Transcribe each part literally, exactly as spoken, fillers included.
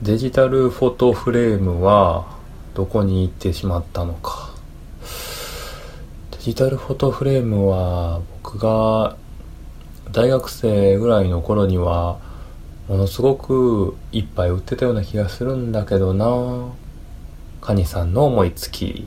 デジタルフォトフレームはどこに行ってしまったのか。デジタルフォトフレームは僕が大学生ぐらいの頃にはものすごくいっぱい売ってたような気がするんだけどな。カニさんの思いつき。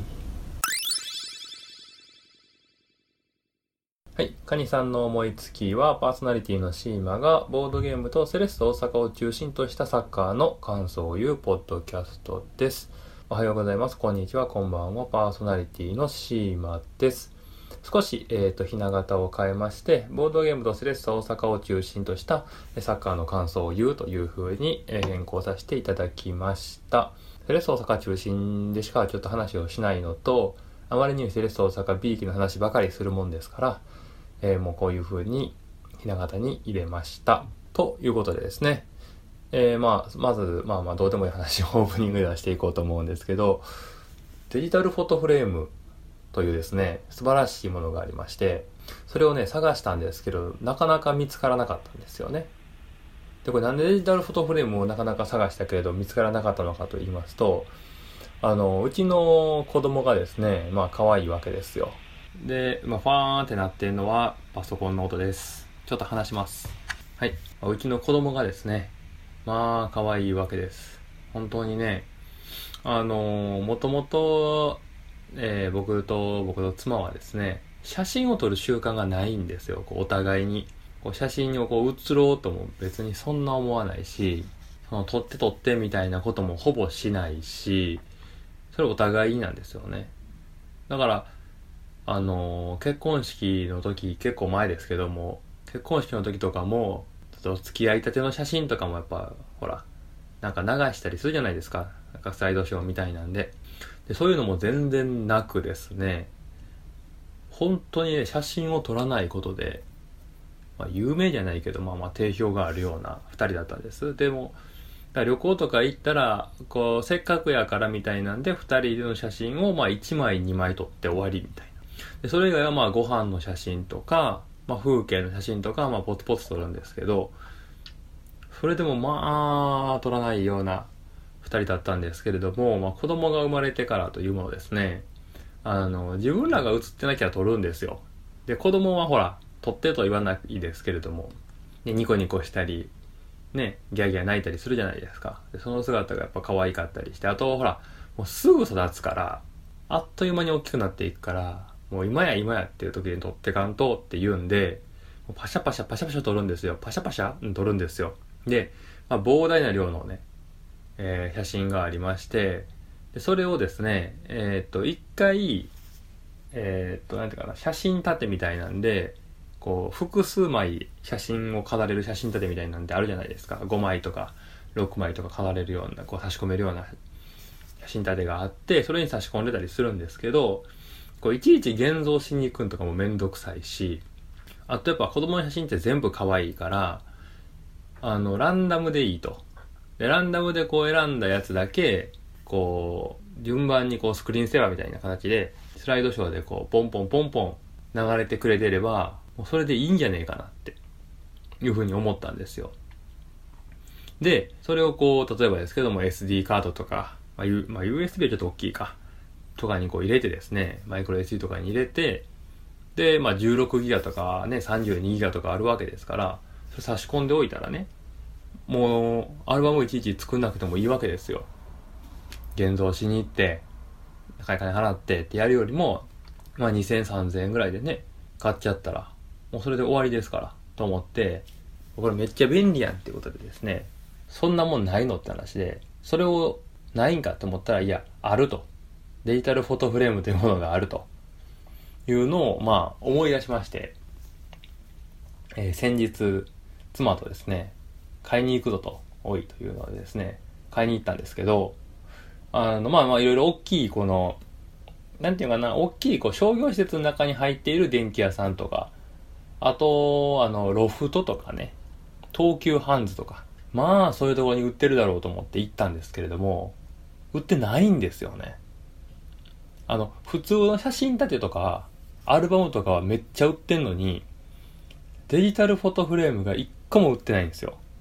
はい、カニさんの思いつきはパーソナリティのシーマがボードゲームとセレッソ大阪を中心としたサッカーの感想を言うポッドキャストです。おはようございます、こんにちは、こんばんは。パーソナリティのシーマです。少し、えーと、ひな形を変えまして、ボードゲームとセレッソ大阪を中心としたサッカーの感想を言うという風に変更させていただきました。セレッソ大阪中心でしかちょっと話をしないのと、あまりにセレッソ大阪 B 期の話ばかりするもんですから、えー、もうこういう風にひな形に入れましたということでですね、えー、まあまずまあまあどうでもいい話をオープニングではしていこうと思うんですけど、デジタルフォトフレームというですね素晴らしいものがありまして、それをね探したんですけどなかなか見つからなかったんですよね。でこれなんでデジタルフォトフレームをなかなか探したけれど見つからなかったのかと言いますと、あのうちの子供がですねまあ可愛いわけですよ。で、まあ、ファーンってなってるのはパソコンの音です。ちょっと話します。はい。うちの子供がですね、まあ、可愛いわけです。本当にね、あのー、もともと、えー、僕と僕の妻はですね、写真を撮る習慣がないんですよ。こうお互いに。こう写真をこう写ろうとも別にそんな思わないし、その撮って撮ってみたいなこともほぼしないし、それお互いなんですよね。だから、あのー、結婚式の時結構前ですけども、結婚式の時とかもちょっと付き合いたての写真とかもやっぱほらなんか流したりするじゃないですか、なんかスライドショーみたいなんで、でそういうのも全然なくですね、本当にね写真を撮らないことで、まあ、有名じゃないけどまあまあ定評があるようなふたりだったんです。でも旅行とか行ったらこうせっかくやからみたいなんでふたりの写真をまあいちまいにまい撮って終わりみたいな。でそれ以外はまあご飯の写真とか、まあ、風景の写真とかまあポツポツ撮るんですけど、それでもまあ撮らないようなふたりだったんですけれども、まあ、子供が生まれてからというものですね、あの自分らが写ってなきゃ撮るんですよ。で子供はほら撮ってとは言わないですけれども、でニコニコしたりねギャギャ泣いたりするじゃないですか。でその姿がやっぱ可愛かったりして、あとほらもうすぐ育つからあっという間に大きくなっていくから、もう今や今やっていう時に撮ってかんとって言うんで、パシャパシャパシャパシャ撮るんですよ。パシャパシャ、うん、撮るんですよ。で、まあ、膨大な量のね、えー、写真がありまして、でそれをですね、えー、っと一回、えー、っとなんていうかな、写真立てみたいなんで、こう複数枚写真を飾れる写真立てみたいなんてあるじゃないですか。ごまいとかろくまいとか飾れるような、こう差し込めるような写真立てがあって、それに差し込んでたりするんですけど、こういちいち現像しに行くんとかもめんどくさいし、あとやっぱ子供の写真って全部可愛いから、あのランダムでいいと。でランダムでこう選んだやつだけこう順番にこうスクリーンセーバーみたいな形でスライドショーでこうポンポンポンポン流れてくれてれば、もうそれでいいんじゃねえかなっていうふうに思ったんですよ。でそれをこう例えばですけども エスディー カードとか、まあ U まあ、ユーエスビー はちょっと大きいかとかにこう入れてですね、マイクロ エスディー とかに入れて、で、まあ、じゅうろくギガとかね、さんじゅうにギガとかあるわけですから、それ差し込んでおいたらね、もう、アルバムいちいち作んなくてもいいわけですよ。現像しに行って、高い金払ってってやるよりも、まあ、にせん、さんぜんえんぐらいでね、買っちゃったら、もうそれで終わりですから、と思って、これめっちゃ便利やんっていうことでですね、そんなもんないのって話で、それをないんかと思ったら、いや、あると。デジタルフォトフレームというものがあるというのをまあ思い出しまして、えー、先日妻とですね買いに行くぞとおいというのでですね買いに行ったんですけど、あのまあまあいろいろ大きいこのなんていうかな、大きいこう商業施設の中に入っている電気屋さんとか、あとあのロフトとかね、東急ハンズとか、まあそういうところに売ってるだろうと思って行ったんですけれども、売ってないんですよね。あの普通の写真立てとかアルバムとかはめっちゃ売ってんのに、デジタルフォトフレームが一個も売ってないんですよ。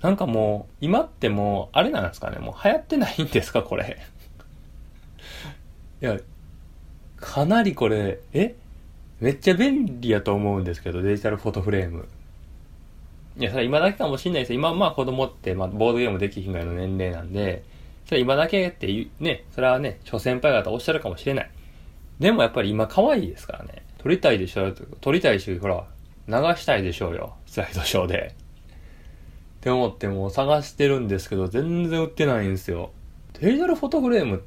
なんかもう、今ってもう、あれなんですかね、もう流行ってないんですか、これ。いや、かなりこれ、えめっちゃ便利やと思うんですけど、デジタルフォトフレーム。いや、それは今だけかもしんないです。今、まあ子供って、まあボードゲームできひんぐらいの年齢なんで、それ今だけっていう、ね、それはね、諸先輩方おっしゃるかもしれない。でもやっぱり今可愛いですからね。撮りたいでしょ、撮りたいし、ほら、流したいでしょうよ。スライドショーで。って思ってもう探してるんですけど、全然売ってないんですよ。デジタルフォトフレームって、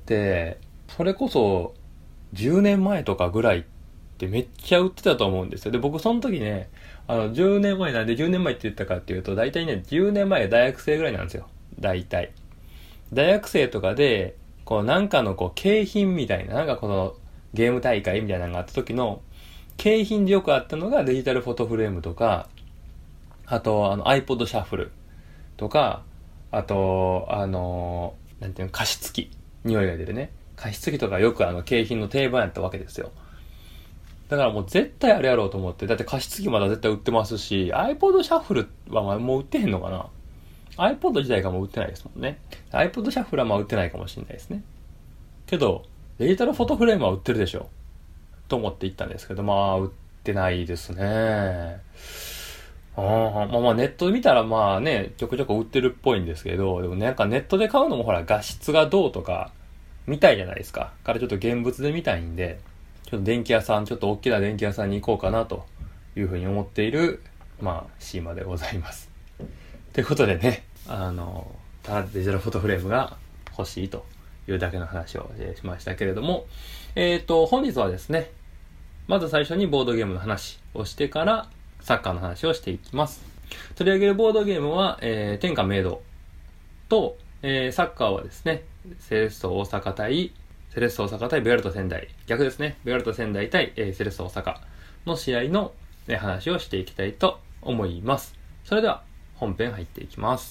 それこそ、じゅうねんまえとかぐらいってめっちゃ売ってたと思うんですよ。で、僕その時ね、あの、じゅうねんまえなんでじゅうねんまえって言ったかっていうと、大体ね、じゅうねんまえ大学生ぐらいなんですよ。大体。大学生とかで、こうなんかのこう景品みたいな、なんかこのゲーム大会みたいなのがあった時の、景品でよくあったのがデジタルフォトフレームとか、あと、あの iPod シャッフルとか、あと、あの、なんていうの、加湿器。匂いが出るね。加湿器とかよくあの景品の定番やったわけですよ。だからもう絶対あれやろうと思って、だって加湿器まだ絶対売ってますし、iPod シャッフルはもう売ってへんのかな？ iPod 自体がもう売ってないですもんね。iPod シャッフルはまあ売ってないかもしれないですね。けど、デジタルフォトフレームは売ってるでしょ。と思って行ったんですけど、まあ売ってないですね。あまあまあネットで見たらまあね、ちょくちょく売ってるっぽいんですけど、でもなんかネットで買うのもほら画質がどうとか、見たいじゃないですか。からちょっと現物で見たいんで、ちょっと電気屋さん、ちょっと大きな電気屋さんに行こうかなというふうに思っている、まあ、シーマでございます。ということでね、あの、ただデジタルフォトフレームが欲しいというだけの話をしましたけれども、えっと、本日はですね、まず最初にボードゲームの話をしてから、サッカーの話をしていきます。取り上げるボードゲームは、えー、天下明道と、えー、サッカーはですね、セレッソ大阪対、セレッソ大阪対ベガルタ仙台。逆ですね。ベガルタ仙台対、えー、セレッソ大阪の試合の、ね、話をしていきたいと思います。それでは本編入っていきます。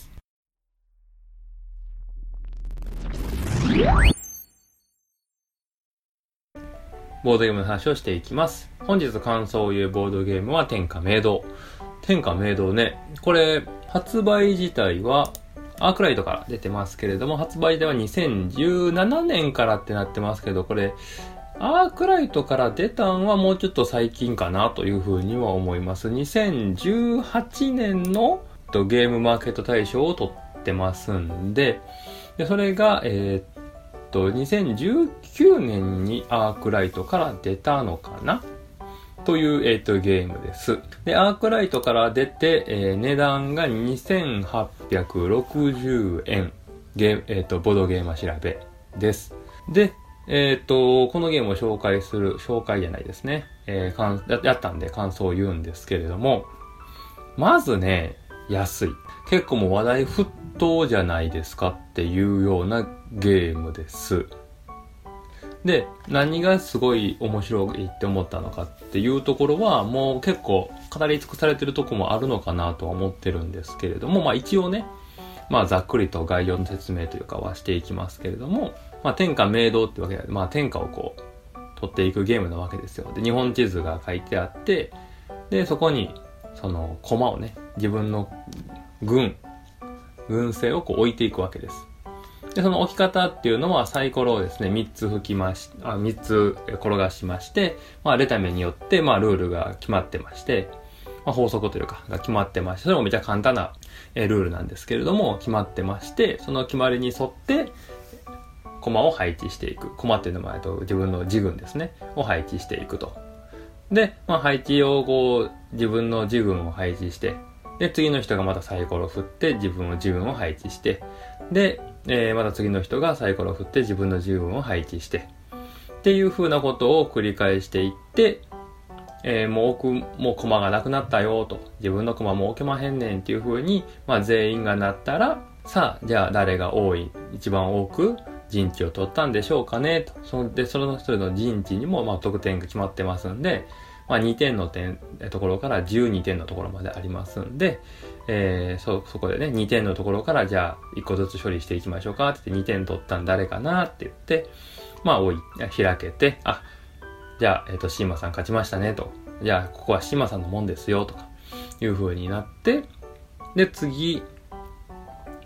ボードゲームの話をしていきます。本日感想を言うボードゲームは天下明道。天下明道ね。これ、発売自体はアークライトから出てますけれども、発売ではにせんじゅうななねんからってなってますけど、これ、アークライトから出たんはもうちょっと最近かなというふうには思います。にせんじゅうはちねんのゲームマーケット大賞を取ってますんで、でそれが、えー、っと、にせんじゅうきゅうねんにアークライトから出たのかなという、えー、とゲームです。で、アークライトから出て、えー、値段がにせんはっぴゃくろくじゅうえん。ゲー、えー、と、ボードゲーマ調べです。で、えっ、ー、と、このゲームを紹介する、紹介じゃないですね。えー、かんや、やったんで感想を言うんですけれども、まずね、安い。結構もう話題沸騰じゃないですかっていうようなゲームです。で、何がすごい面白いって思ったのかっていうところは、もう結構語り尽くされてるとこもあるのかなとは思ってるんですけれども、まあ一応ね、まあざっくりと概要の説明というかはしていきますけれども、まあ天下明道ってわけで、まあ天下をこう、取っていくゲームなわけですよ。で、日本地図が書いてあって、で、そこに、その、駒をね、自分の軍、軍勢をこう置いていくわけです。で、その置き方っていうのはサイコロをですね、みっつ吹きまし、あ、みっつ転がしまして、まあ、レタメによって、まあ、ルールが決まってまして、まあ、法則というか、が決まってまして、それもめちゃ簡単なルールなんですけれども、決まってまして、その決まりに沿って、駒を配置していく。駒っていうのは、自分の自軍ですね、を配置していくと。で、まあ、配置をこう、自分の自軍を配置して、で、次の人がまたサイコロを振って、自分の自軍を配置して、で、えー、また次の人がサイコロを振って自分の自分を配置して、っていう風なことを繰り返していって、えー、もう置く、もう駒がなくなったよと、自分の駒も置けまへんねんっていう風に、まあ全員がなったら、さあ、じゃあ誰が多い、一番多く陣地を取ったんでしょうかねと。そので、その一人の陣地にも、まあ得点が決まってますんで、まあにてんの点、ところからじゅうにてんのところまでありますんで、えー、そ、そこでね、にてんのところからじゃあいっこずつ処理していきましょうかって言ってにてん取ったん誰かなって言って、まあ、おい、開けて、あ、じゃあ、えっと、シーマさん勝ちましたねと。じゃあ、ここはシーマさんのもんですよとか、いう風になって、で、次、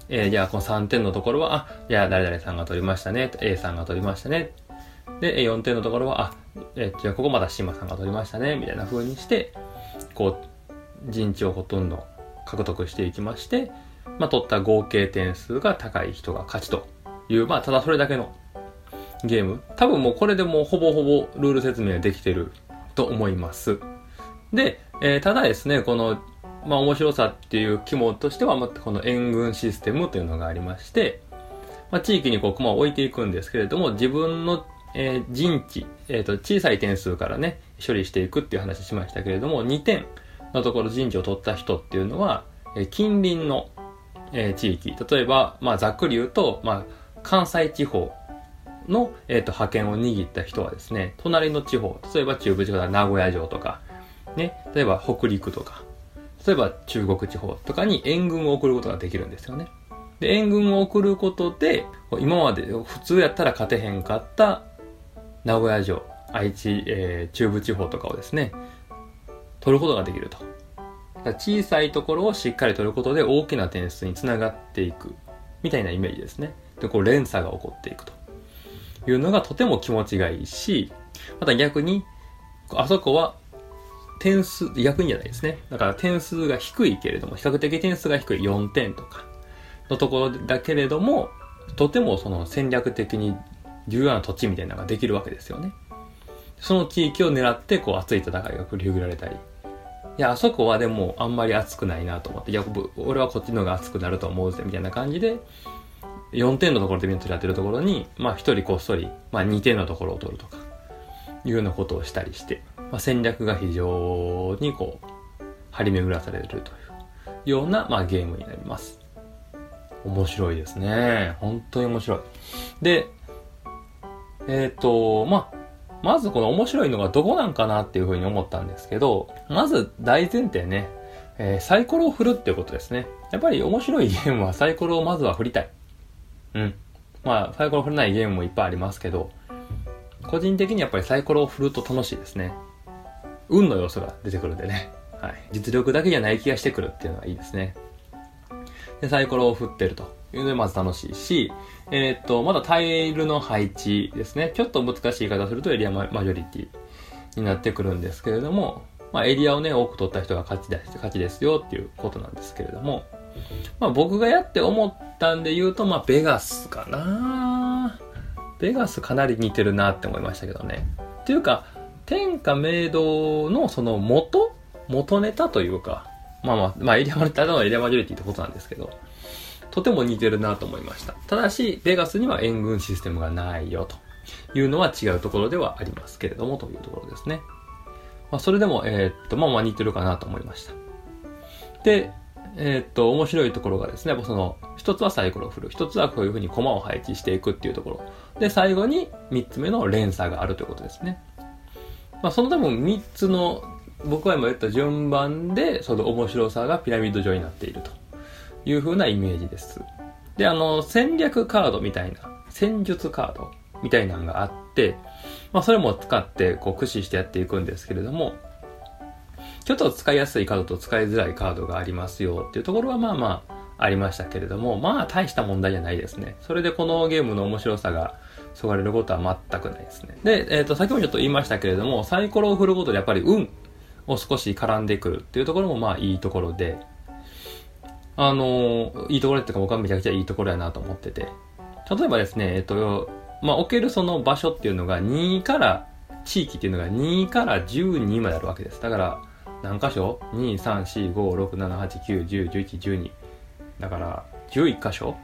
えー、じゃあこのさんてんのところは、あ、じゃあ誰々さんが取りましたね、A さんが取りましたね。で、よんてんのところは、あ、えー、じゃあここまたシマさんが取りましたね、みたいな風にして、こう、陣地をほとんど獲得していきまして、まあ、取った合計点数が高い人が勝ちという、まあ、ただそれだけのゲーム。多分もうこれでもうほぼほぼルール説明できてると思います。で、えー、ただですね、この、まあ面白さっていう肝としては、またこの援軍システムというのがありまして、まあ地域にこう駒を置いていくんですけれども、自分の、えー、陣地、えっと、小さい点数からね、処理していくっていう話しましたけれども、にてんのところ陣地を取った人っていうのは、えー、近隣の、えー、地域、例えば、まあざっくり言うと、まあ関西地方、の、えっと、覇権を握った人はですね、隣の地方、例えば中部地方だ名古屋城とか、ね、例えば北陸とか、例えば中国地方とかに援軍を送ることができるんですよね。で、援軍を送ることで、今まで普通やったら勝てへんかった名古屋城、愛知、えー、中部地方とかをですね、取ることができると。小さいところをしっかり取ることで大きな点数につながっていく、みたいなイメージですね。で、こう連鎖が起こっていくと。いうのがとても気持ちがいいし、また逆に、あそこは点数、逆にじゃないですね。だから点数が低いけれども、比較的点数が低いよんてんとかのところだけれども、とてもその戦略的に重要な土地みたいなのができるわけですよね。その地域を狙ってこう熱い戦いが繰り広げられたり。いや、あそこはでもあんまり熱くないなと思って、いや、俺はこっちの方が熱くなると思うぜみたいな感じで、よんてんのところでみんな取り合ってるところに、まあひとりこっそり、まあにてんのところを取るとか、いうようなことをしたりして、まあ、戦略が非常にこう、張り巡らされるというような、まあゲームになります。面白いですね。本当に面白い。で、えっと、まあ、まずこの面白いのがどこなんかなっていうふうに思ったんですけど、まず大前提ね、えー、サイコロを振るっていうことですね。やっぱり面白いゲームはサイコロをまずは振りたい。うん。まあ、サイコロ振れないゲームもいっぱいありますけど、個人的にやっぱりサイコロを振ると楽しいですね。運の要素が出てくるんでね。はい。実力だけじゃない気がしてくるっていうのはいいですね。で、サイコロを振ってるというのでまず楽しいし、えー、っと、まだタイルの配置ですね。ちょっと難しい言い方をするとエリアマジョリティになってくるんですけれども、まあエリアをね、多く取った人が勝ちです、勝ちですよっていうことなんですけれども、まあ僕がやって思ったんで言うと、まあベガスかな。ベガスかなり似てるなって思いましたけどね。っていうか、天下明堂のその元元ネタというか、まあまあ、まあエリアマジョリティ、ただのエリアマジョリティってことなんですけど、とても似てるなと思いました。ただし、ベガスには援軍システムがないよというのは違うところではありますけれどもというところですね。まあそれでも、えー、っと、まあまあ似てるかなと思いました。で、えー、っと、面白いところがですね、その、一つはサイコロを振る。一つはこういうふうに駒を配置していくっていうところ。で、最後に三つ目の連鎖があるということですね。まあその多分三つの、僕は今言った順番で、その面白さがピラミッド状になっているというふうなイメージです。で、あの、戦略カードみたいな、戦術カードみたいなのがあって、まあそれも使ってこう駆使してやっていくんですけれども、ちょっと使いやすいカードと使いづらいカードがありますよっていうところはまあまあありましたけれども、まあ大した問題じゃないですね。それでこのゲームの面白さがそがれることは全くないですね。で、えっと、先ほどちょっと言いましたけれども、サイコロを振ることでやっぱり運を少し絡んでくるっていうところもまあいいところで、あのー、いいところっていうか僕はめちゃくちゃいいところやなと思ってて、例えばですね、えっと、まあ置けるその場所っていうのがにから、地域っていうのがにからじゅうにまであるわけです。だから、何箇所 ?に、さん、よん、ご、ろく、なな、はち、きゅう、じゅう、じゅういち、じゅうに。だから、じゅういっ箇所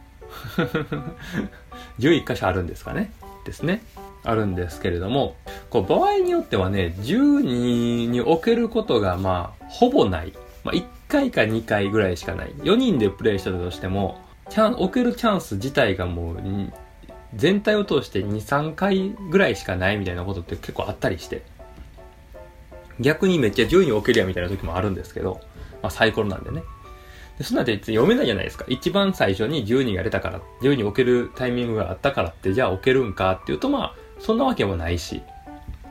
じゅういっ箇所あるんですかねですね。あるんですけれども、こう、場合によってはね、じゅうにに置けることが、まあ、ほぼない。まあ、いっかいかにかいぐらいしかない。よにんでプレイしてたとしても、チャン、置けるチャンス自体がもう、全体を通してに、さんかいぐらいしかないみたいなことって結構あったりして。逆にめっちゃじゅうに置けるやみたいな時もあるんですけど、まあサイコロなんでね。でそんなんで読めないじゃないですか。一番最初にじゅうにが出たから、じゅうに置けるタイミングがあったからって、じゃあ置けるんかっていうと、まあ、そんなわけもないし。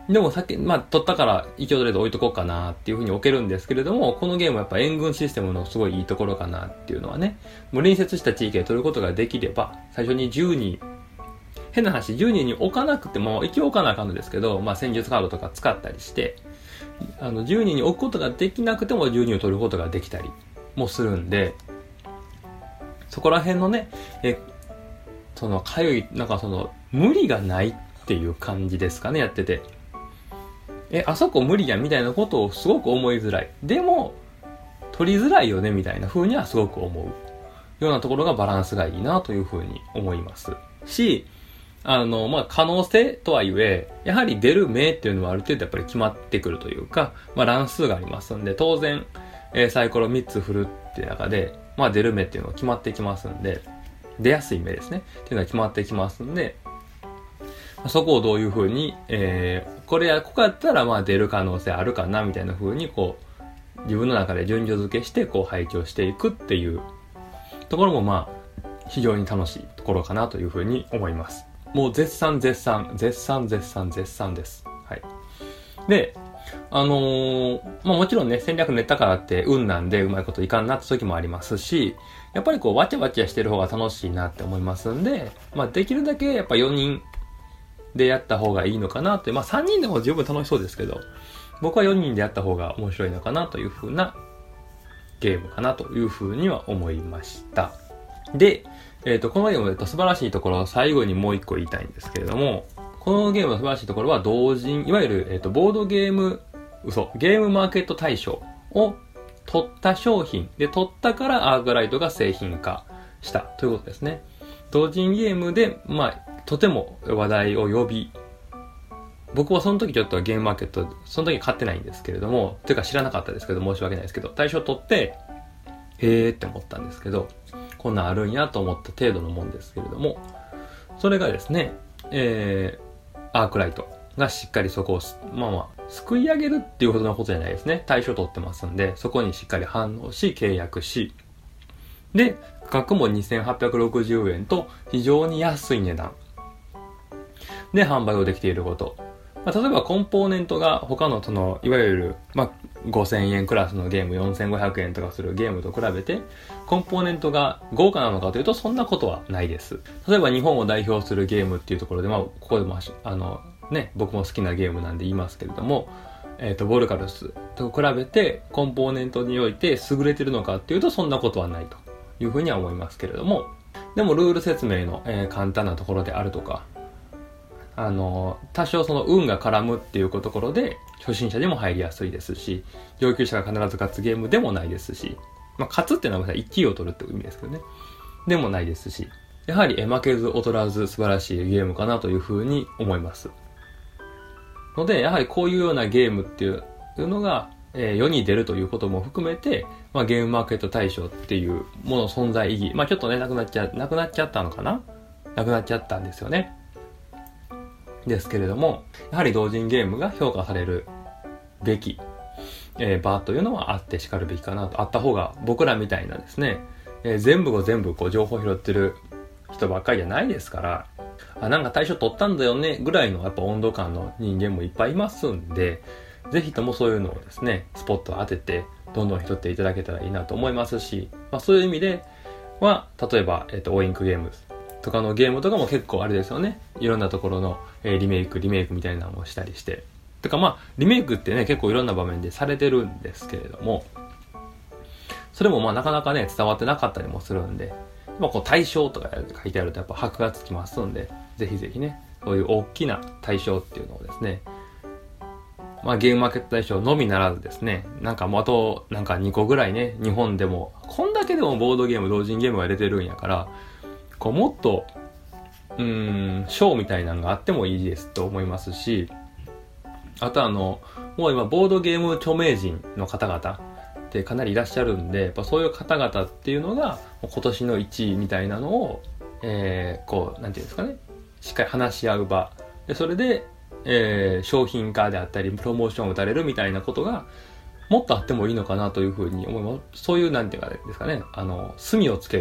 でもさっき、まあ、取ったから一応とりあえず置いとこうかなっていうふうに置けるんですけれども、このゲームはやっぱ援軍システムのすごいいいところかなっていうのはね、もう隣接した地域で取ることができれば、最初にじゅうにん、変な話、じゅうにんに置かなくても、一応置かなあかんのですけど、まあ、戦術カードとか使ったりして、あの、じゅうにんに置くことができなくてもじゅうにんを取ることができたりもするんで、そこら辺のね、え、その、かゆい、なんかその、無理がないっていう感じですかね、やってて。え、あそこ無理やみたいなことをすごく思いづらい。でも、取りづらいよねみたいな風にはすごく思うようなところがバランスがいいなという風に思います。し、あの、まあ、可能性とはいえ、やはり出る目っていうのはある程度やっぱり決まってくるというか、まあ、乱数がありますんで、当然、えー、サイコロみっつ振るっていう中で、まあ、出る目っていうのは決まってきますんで、出やすい目ですね。っていうのは決まってきますんで、そこをどういう風に、えー、これや、ここやったらまあ出る可能性あるかなみたいな風にこう、自分の中で順序付けしてこう配置をしていくっていうところもまあ、非常に楽しいところかなという風に思います。もう絶賛絶賛、絶賛絶賛絶賛です。はい。で、あのー、まあもちろんね、戦略練ったからって運なんでうまいこといかんなって時もありますし、やっぱりこう、わちゃわちゃしてる方が楽しいなって思いますんで、まあできるだけやっぱよにん、でやった方がいいのかなって、まあさんにんでも十分楽しそうですけど、僕はよにんでやった方が面白いのかなという風なゲームかなという風には思いました。で、えっと、このゲームの素晴らしいところを最後にもう一個言いたいんですけれども、このゲームの素晴らしいところは同人、いわゆる、えっと、ボードゲーム、嘘、ゲームマーケット大賞を取った商品で取ったからアークライトが製品化したということですね。同人ゲームで、まあ、とても話題を呼び、僕はその時ちょっとゲームマーケット、その時買ってないんですけれども、というか知らなかったですけど、申し訳ないですけど、大賞取って、へーって思ったんですけど、こんなんあるんやと思った程度のもんですけれども、それがですね、えー、アークライトがしっかりそこを、まあまあ、すくい上げるっていうほどのことじゃないですね。大賞取ってますんで、そこにしっかり反応し、契約し、で、価格もにせんはっぴゃくろくじゅうえんと非常に安い値段で販売をできていること。まあ、例えばコンポーネントが他のその、いわゆる、まあ、ごせんえんクラスのゲーム、よんせんごひゃくえんとかするゲームと比べて、コンポーネントが豪華なのかというと、そんなことはないです。例えば日本を代表するゲームっていうところで、まあ、ここでも、あの、ね、僕も好きなゲームなんで言いますけれども、えっと、ボルカルスと比べて、コンポーネントにおいて優れてるのかっていうと、そんなことはないというふうには思いますけれども、でもルール説明の、えー、簡単なところであるとか、あの、多少その運が絡むっていうところで、初心者でも入りやすいですし、上級者が必ず勝つゲームでもないですし、まあ、勝つっていうのはいちいを取るって意味ですけどね。でもないですし、やはり負けず劣らず素晴らしいゲームかなというふうに思います。ので、やはりこういうようなゲームっていうのが、えー、世に出るということも含めて、まあ、ゲームマーケット大賞っていうもの存在意義、まあ、ちょっとね、なくなっちゃ、なくなっちゃったのかななくなっちゃったんですよね。ですけれども、やはり同人ゲームが評価されるべき、えー、場というのはあってしかるべきかなと。あった方が僕らみたいなですね、えー、全部を全部こう情報を拾ってる人ばっかりじゃないですから、あ、なんか大賞取ったんだよねぐらいのやっぱ温度感の人間もいっぱいいますんで、ぜひともそういうのをですね、スポットを当てて、どんどん拾っていただけたらいいなと思いますし、まあそういう意味では、例えば、えっと、オインクゲームズとかのゲームとかも結構あれですよね。いろんなところの、えー、リメイク、リメイクみたいなのをしたりして。てかまあ、リメイクってね、結構いろんな場面でされてるんですけれども、それもまあなかなかね、伝わってなかったりもするんで、まあこう対象とか書いてあるとやっぱ箔がつきますんで、ぜひぜひね、そういう大きな対象っていうのをですね、まあゲームマーケット大賞のみならずですね、なんかもうあとなんかにこぐらいね、日本でも、こんだけでもボードゲーム、同人ゲームが出てるんやから、こうもっと、うーん、賞みたいなのがあってもいいですと思いますし、あとあの、もう今ボードゲーム著名人の方々ってかなりいらっしゃるんで、やっぱそういう方々っていうのが今年のいちいみたいなのを、えー、こう、なんていうんですかね、しっかり話し合う場。で、それで、えー、商品化であったり、プロモーションを打たれるみたいなことが、もっとあってもいいのかなというふうに思います。そういう、なんていうかですかね、あの、墨をつける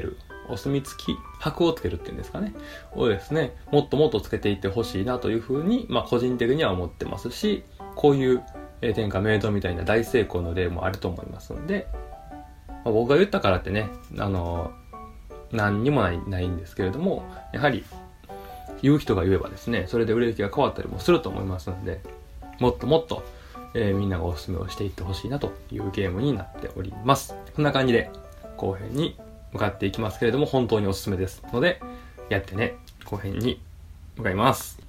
お墨付き、箔をつけるっていうんですかね。をですね、もっともっとつけていってほしいなというふうに、まあ個人的には思ってますし、こういう天下明堂みたいな大成功の例もあると思いますので、まあ、僕が言ったからってね、あの、何にもない、ないんですけれども、やはり言う人が言えばですね、それで売れ行きが変わったりもすると思いますので、もっともっと、えー、みんながおすすめをしていってほしいなというゲームになっております。こんな感じで後編に向かっていきますけれども、本当におすすめですので、やってね、後編に向かいます。